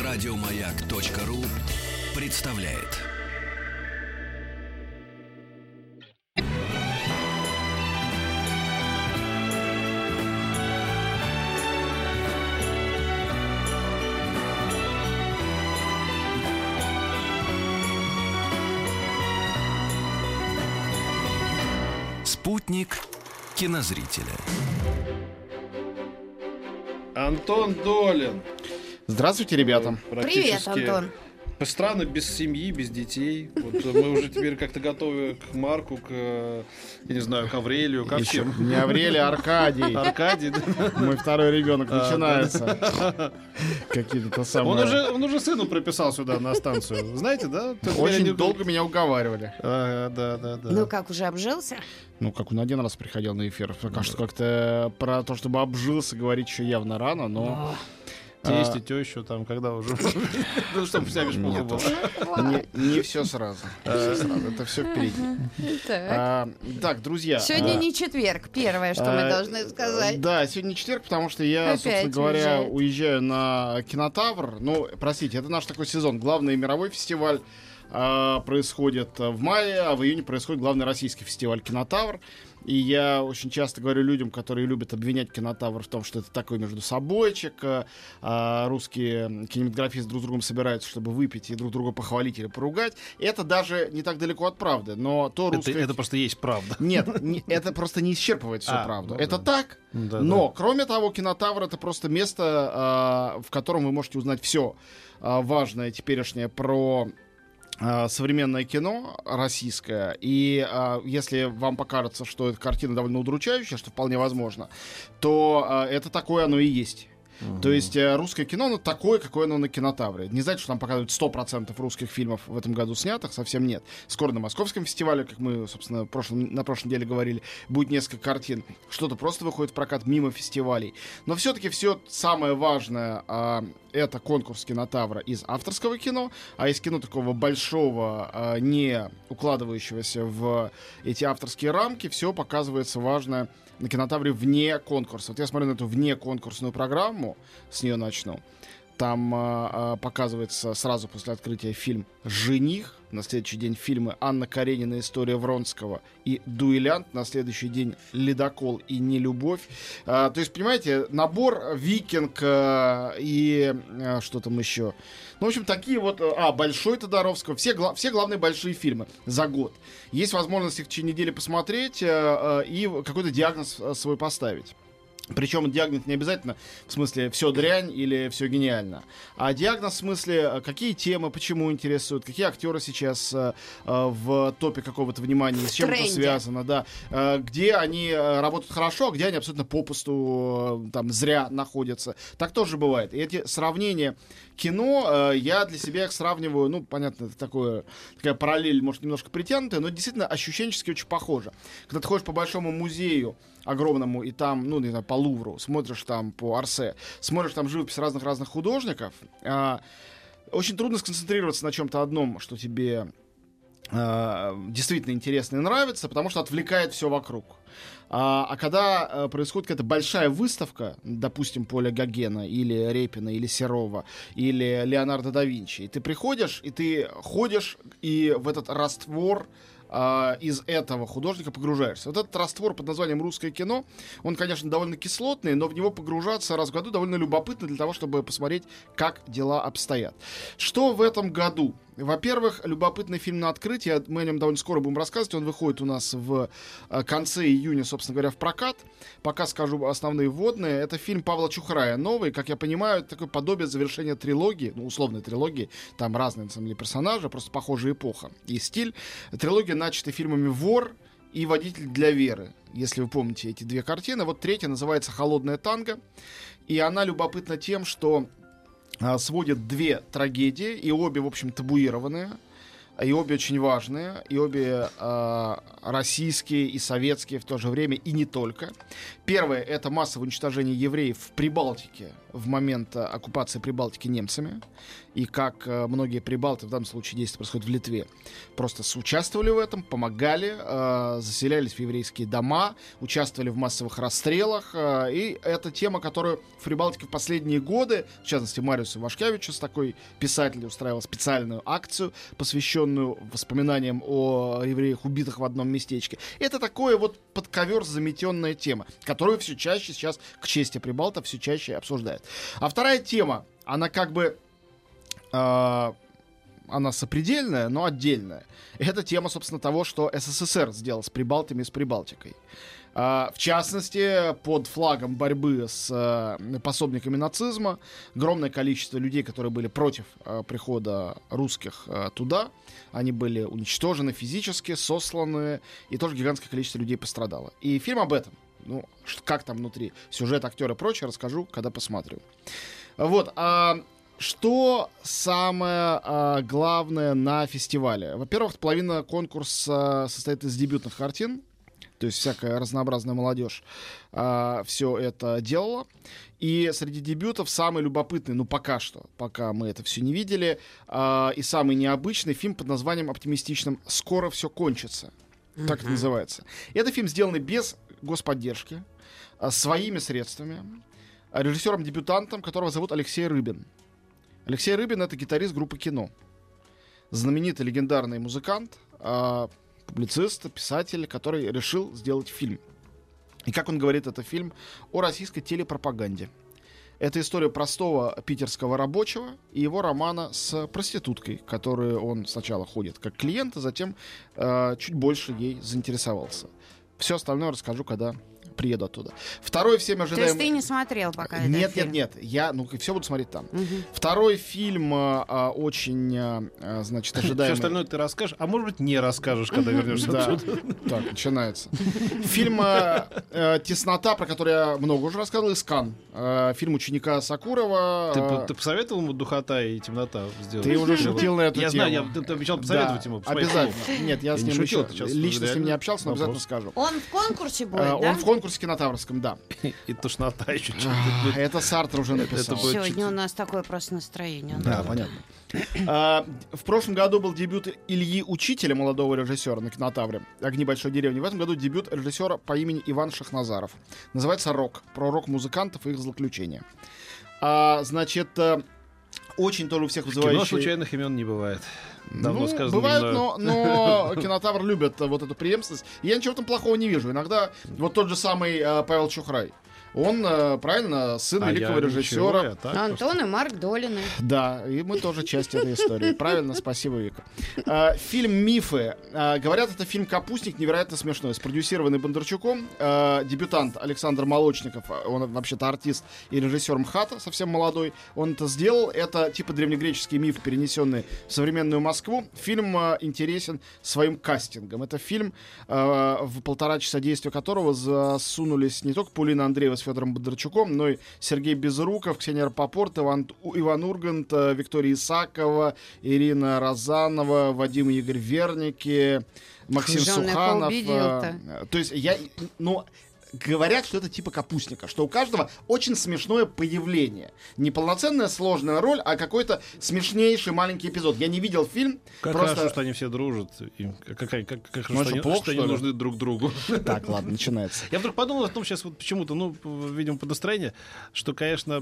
Радиомаяк.ру представляет. Спутник кинозрителя. Антон Долин. Здравствуйте, ребята. Привет, Антон. Странно, без семьи, без детей. Вот мы уже теперь как-то готовы к Марку, к, я не знаю, к Аврелию. Как Еще всем? не Аврелий, а Аркадий. Аркадий, да. Мой второй ребенок начинается. Какие-то самые... Он уже сыну прописал сюда на станцию. Знаете, да? Очень долго меня уговаривали. Да. Ну как, уже обжился? Ну, как он один раз приходил на эфир. Кажется, как-то про то, чтобы обжился, говорить еще явно рано, но... Тесть и тещу там, когда уже... Ну, чтобы вся мешпуха была. Не все сразу. Это все впереди. Так, друзья. Сегодня не четверг, первое, что мы должны сказать. Да, сегодня не четверг, потому что я, собственно говоря, уезжаю на Кинотавр. Ну, простите, это наш такой сезон. Главный мировой фестиваль происходит в мае, а в июне происходит главный российский фестиваль Кинотавр. И я очень часто говорю людям, которые любят обвинять Кинотавр в том, что это такой между собойчик, русские кинематографисты друг с другом собираются, чтобы выпить и друг друга похвалить или поругать. Это даже не так далеко от правды. Но то русское... Это просто есть правда. Нет, это просто не исчерпывает всю правду. Это так, Да, но, кроме того, Кинотавр — это просто место, в котором вы можете узнать все важное теперешнее про современное кино российское. И если вам покажется, что эта картина довольно удручающая, что вполне возможно, то это такое оно и есть. То есть русское кино, оно такое, какое оно на Кинотавре. Не знаете, что там показывают 100% русских фильмов в этом году снятых, совсем нет. Скоро на Московском фестивале, как мы, собственно, на прошлой неделе говорили, будет несколько картин. Что-то просто выходит в прокат мимо фестивалей. Но все-таки все самое важное это конкурс Кинотавра из авторского кино, а из кино такого большого, не укладывающегося в эти авторские рамки, все показывается важное на Кинотавре вне конкурса. Вот я смотрю на эту внеконкурсную программу, с нее начну. Там показывается сразу после открытия фильм «Жених». На следующий день фильмы «Анна Каренина. История Вронского» и «Дуэлянт». На следующий день «Ледокол» и «Нелюбовь». То есть, понимаете, набор «Викинг» и что там еще. Ну, в общем, такие вот... «Большой» Тодоровского. Все главные большие фильмы за год. Есть возможность их в течение недели посмотреть и какой-то диагноз свой поставить. Причем диагноз не обязательно в смысле «все дрянь» или «все гениально», а диагноз в смысле какие темы, почему интересуют, какие актеры сейчас в топе какого-то внимания, с чем это связано, да, где они работают хорошо, а где они абсолютно попусту там зря находятся. Так тоже бывает. И эти сравнения кино, я для себя их сравниваю, ну, понятно, это такая параллель, может, немножко притянутая, но действительно ощущенчески очень похоже. Когда ты ходишь по большому музею огромному, и там, ну, не знаю, по Лувру, смотришь там по Орсе, смотришь там живопись разных художников, очень трудно сконцентрироваться на чем-то одном, что тебе действительно интересно и нравится, потому что отвлекает все вокруг. А когда происходит какая-то большая выставка, допустим, Поля Гогена, или Репина, или Серова, или Леонардо да Винчи, и ты приходишь, и ты ходишь, и в этот раствор из этого художника погружаешься. Вот этот раствор под названием «Русское кино», он, конечно, довольно кислотный, но в него погружаться раз в году довольно любопытно для того, чтобы посмотреть, как дела обстоят. Что в этом году? Во-первых, любопытный фильм на открытие, мы о нем довольно скоро будем рассказывать, он выходит у нас в конце июня, собственно говоря, в прокат. Пока скажу основные вводные. Это фильм Павла Чухрая, новый, как я понимаю, это такое подобие завершения трилогии, ну, условной трилогии, там разные, на самом деле, персонажи, просто похожая эпоха и стиль. Трилогия начата фильмами «Вор» и «Водитель для Веры», если вы помните эти две картины. Вот третья называется «Холодное танго», и она любопытна тем, что сводит две трагедии, и обе, в общем, табуированные. и обе очень важные, и обе российские и советские в то же время, и не только. Первое — это массовое уничтожение евреев в Прибалтике в момент оккупации Прибалтики немцами. И как многие прибалты, в данном случае действие происходит в Литве, просто участвовали в этом, помогали, заселялись в еврейские дома, участвовали в массовых расстрелах. И это тема, которую в Прибалтике в последние годы, в частности, Мариус Ивашкевичус, такой писатель, устраивал специальную акцию, посвященную воспоминаниям о евреях, убитых в одном местечке. Это такое вот под ковер заметенная тема, которую все чаще сейчас, к чести прибалтов, все чаще обсуждают. А вторая тема, она как бы... она сопредельная, но отдельная. Это тема, собственно, того, что СССР сделал с Прибалтами и с Прибалтикой. В частности, под флагом борьбы с пособниками нацизма огромное количество людей, которые были против прихода русских туда, они были уничтожены физически, сосланы, и тоже гигантское количество людей пострадало. И фильм об этом. Ну, как там внутри сюжет, актеры и прочее, расскажу, когда посмотрю. Вот. Что самое главное на фестивале? Во-первых, половина конкурса состоит из дебютных картин, то есть всякая разнообразная молодежь все это делала. И среди дебютов самый любопытный, ну пока что, пока мы это все не видели, и самый необычный фильм под названием оптимистичным «Скоро все кончится». Так это называется. Это фильм, сделанный без господдержки, своими средствами, режиссером-дебютантом, которого зовут Алексей Рыбин. Алексей Рыбин — это гитарист группы «Кино». Знаменитый легендарный музыкант, публицист, писатель, который решил сделать фильм. И как он говорит, это фильм о российской телепропаганде. Это история простого питерского рабочего и его романа с проституткой, которую он сначала ходит как клиент, а затем чуть больше ей заинтересовался. Все остальное расскажу, когда приеду оттуда. Второй всем ожидаемый... То есть ты не смотрел пока этот Нет, фильм? нет, я, все буду смотреть там. Второй фильм очень, значит, ожидаемый... Все остальное ты расскажешь, а может быть не расскажешь, когда вернешься Да. отсюда. Так, начинается. Фильм «Теснота», про который я много уже рассказывал, из Канн. Фильм ученика Сакурова. Ты посоветовал ему «Духота» и «Темнота» сделать? Ты уже шутил на эту Я тему. знаю, ты обещал посоветовать ему. Обязательно. Нет, я с не ним шутил, еще ты сейчас лично с ним не реально общался, но обязательно скажу. Он в конкурсе будет, да? Он в конкурсе кинотаврском, да. И «Тошнота» еще Это Сартр уже написал. Это будет Сегодня у нас такое просто настроение. Да, понятно. В прошлом году был дебют Ильи Учителя, молодого режиссера на кинотавре «Огни большой деревни». В этом году дебют режиссера по имени Иван Шахназаров. Называется «Рок». Про рок-музыкантов и их злоключения. Значит, очень тоже у всех вызывающий... Кино случайных имен не бывает. Давно сказано. Бывает, но кинотавр любят вот эту преемственность. Я ничего там плохого не вижу. Иногда вот тот же самый Павел Чухрай. Он, правильно, сын великого режиссера. Антон и Марк Долины. Да, и мы тоже часть этой истории. Правильно, спасибо, Вика. Фильм «Мифы». Говорят, это фильм «Капустник», невероятно смешной. Спродюсированный Бондарчуком. Дебютант Александр Молочников. Он вообще-то артист и режиссер МХАТа, совсем молодой. Он это сделал. Это типа древнегреческий миф, перенесенный в современную Москву. Фильм интересен своим кастингом. Это фильм, в 1,5 часа действия которого засунулись не только Паулина Андреева с Федором Бондарчуком, но и Сергей Безруков, Ксения Рапопорт, Иван Ургант, Виктория Исакова, Ирина Розанова, Вадим Игорь Верники, Максим Суханов. То есть говорят, что это типа «Капустника», что у каждого очень смешное появление. Не полноценная сложная роль, а какой-то смешнейший маленький эпизод. Я не видел фильм. Как просто... хорошо, что они все дружат. Как Может, плохо, что они нужны друг другу. Так, ладно, начинается. Я вдруг подумал о том, сейчас вот почему-то, видимо, по настроению, что, конечно,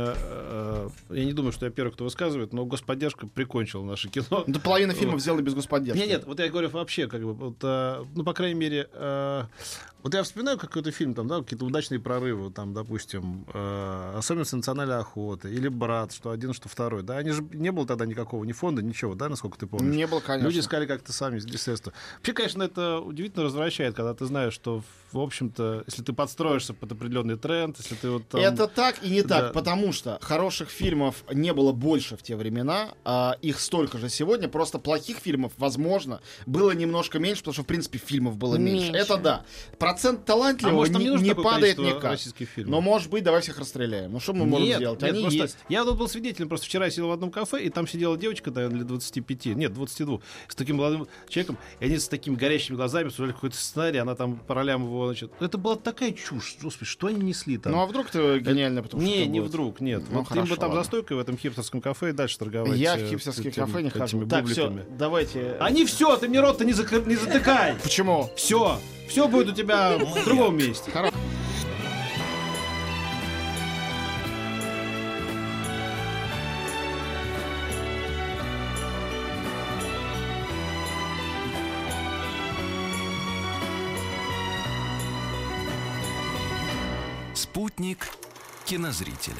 я не думаю, что я первый, кто высказывает, но господдержка прикончила наше кино. Да половина фильмов сделана без господдержки. Нет, вот я говорю вообще, как бы, вот, по крайней мере, вот я вспоминаю какой-то фильм, там, да, какие-то удачные прорывы, там, допустим, «Особенности национальной охоты» или «Брат», что один, что второй, да, они же не было тогда никакого ни фонда, ничего, да, насколько ты помнишь? Не было, конечно. Люди искали как-то сами средства. Вообще, конечно, это удивительно развращает, когда ты знаешь, что, в общем-то, если ты подстроишься под определенный тренд, если ты вот там... Это так и не так, Да. потому что хороших фильмов не было больше в те времена, а их столько же сегодня, просто плохих фильмов, возможно, было немножко меньше, потому что, в принципе, фильмов было меньше. Это да. процент А талантливого может, там не нужно не такое падает количество никак. российских фильмов? Но, может быть, давай всех расстреляем. Ну, что мы можем сделать? Нет, Они просто есть. я тут был свидетелем, просто вчера я сидел в одном кафе, и там сидела девочка, наверное, лет 25, нет, 22, с таким молодым человеком, и они с такими горящими глазами обсуждали какой-то сценарий, она там по ролям его, значит... Это была такая чушь, господи, что они несли там? Ну, а вдруг ты гениально, потому что... Не, это не будет? вдруг, нет. Ну, Вот им хорошо, бы там ладно. за стойкой в этом хипстерском кафе и дальше торговать. Я в хипстерские кафе не хожу. Так, все, давайте... Они все, ты мне рот-то не затыкай! Почему? Все будет у тебя в другом месте. Спутник кинозрителя.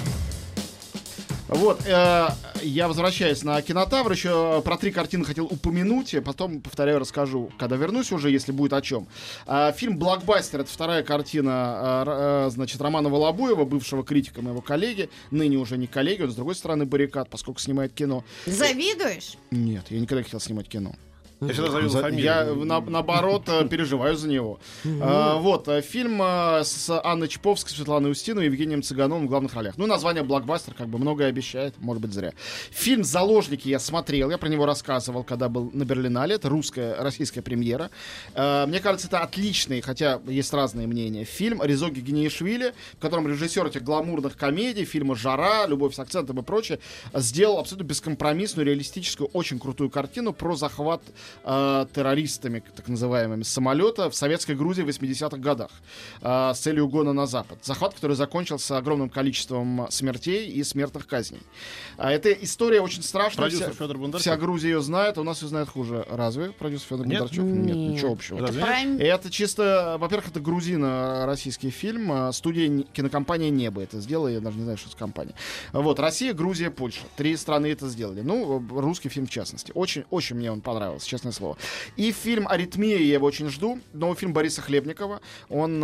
Вот, я возвращаюсь на Кинотавр, еще про 3 картины хотел упомянуть, потом, повторяю, расскажу, когда вернусь уже, если будет о чем. Фильм «Блокбастер» — это вторая картина, значит, Романа Волобуева, бывшего критика моего коллеги, ныне уже не коллеги, он с другой стороны баррикад, поскольку снимает кино. Завидуешь? Нет, я никогда не хотел снимать кино. Я всегда завидовал фамилию. Я, наоборот, переживаю за него. Вот, фильм с Анной Чаповской, Светланой Устиновой и Евгением Цыгановым в главных ролях. Ну, название «Блокбастер» как бы многое обещает, может быть, зря. Фильм «Заложники» я смотрел, я про него рассказывал, когда был на Берлинале. Это российская премьера. Мне кажется, это отличный, хотя есть разные мнения, фильм Резо Гигинеишвили, в котором режиссер этих гламурных комедий, фильма «Жара», «Любовь с акцентом» и прочее, сделал абсолютно бескомпромиссную, реалистическую, очень крутую картину про захват террористами, так называемыми, самолета в советской Грузии в 80-х годах с целью угона на Запад. Захват, который закончился огромным количеством смертей и смертных казней. Эта история очень страшная. Продюсер Федор Бондарчук. Вся Грузия ее знает, а у нас ее знает хуже. Разве? Продюсер Федор Нет? Бондарчук? Нет, ничего общего. Это Разве? про... И это чисто, во-первых, это грузино-российский фильм. Студия кинокомпания «Небо» это сделала, я даже не знаю, что это компания. Вот, Россия, Грузия, Польша. 3 страны это сделали. Ну, русский фильм в частности. Очень, очень мне он понравился, честное слово. И фильм «Аритмия», я его очень жду. Новый фильм Бориса Хлебникова. Он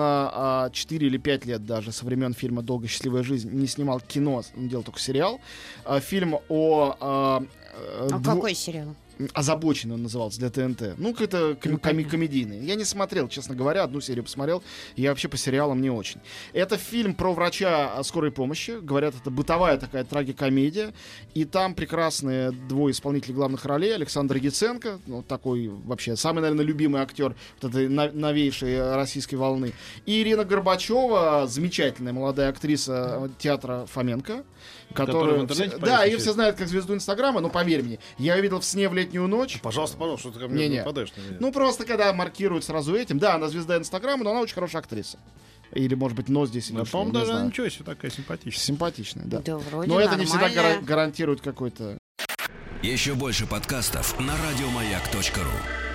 4 или 5 лет даже со времен фильма «Долгая счастливая жизнь» не снимал кино, он делал только сериал. Фильм о... какой сериал? «Озабоченный» он назывался, для ТНТ. Ну, какой-то комедийный. Я не смотрел, честно говоря, одну серию посмотрел. Я вообще по сериалам не очень. Это фильм про врача скорой помощи. Говорят, это бытовая такая трагикомедия. И там прекрасные 2 исполнителя главных ролей. Александр Яценко, ну, такой вообще самый, наверное, любимый актер вот этой новейшей российской волны. И Ирина Горбачева, замечательная молодая актриса театра Фоменко. Которая в интернете Да, ее появится. все знают как звезду Инстаграма, но поверь мне, я ее видел в «Сне в летнюю ночь». Пожалуйста, что ты ко мне Не-не. нападаешь на меня. Ну, просто когда маркируют сразу этим. Да, она звезда Инстаграма, но она очень хорошая актриса. Или, может быть, но здесь Да, лишнее, по-моему, не даже знаю. ничего себе такая симпатичная. Симпатичная, да. Да, вроде Но это не всегда нормально. гарантирует какой-то... Еще больше подкастов на радиомаяк.ру.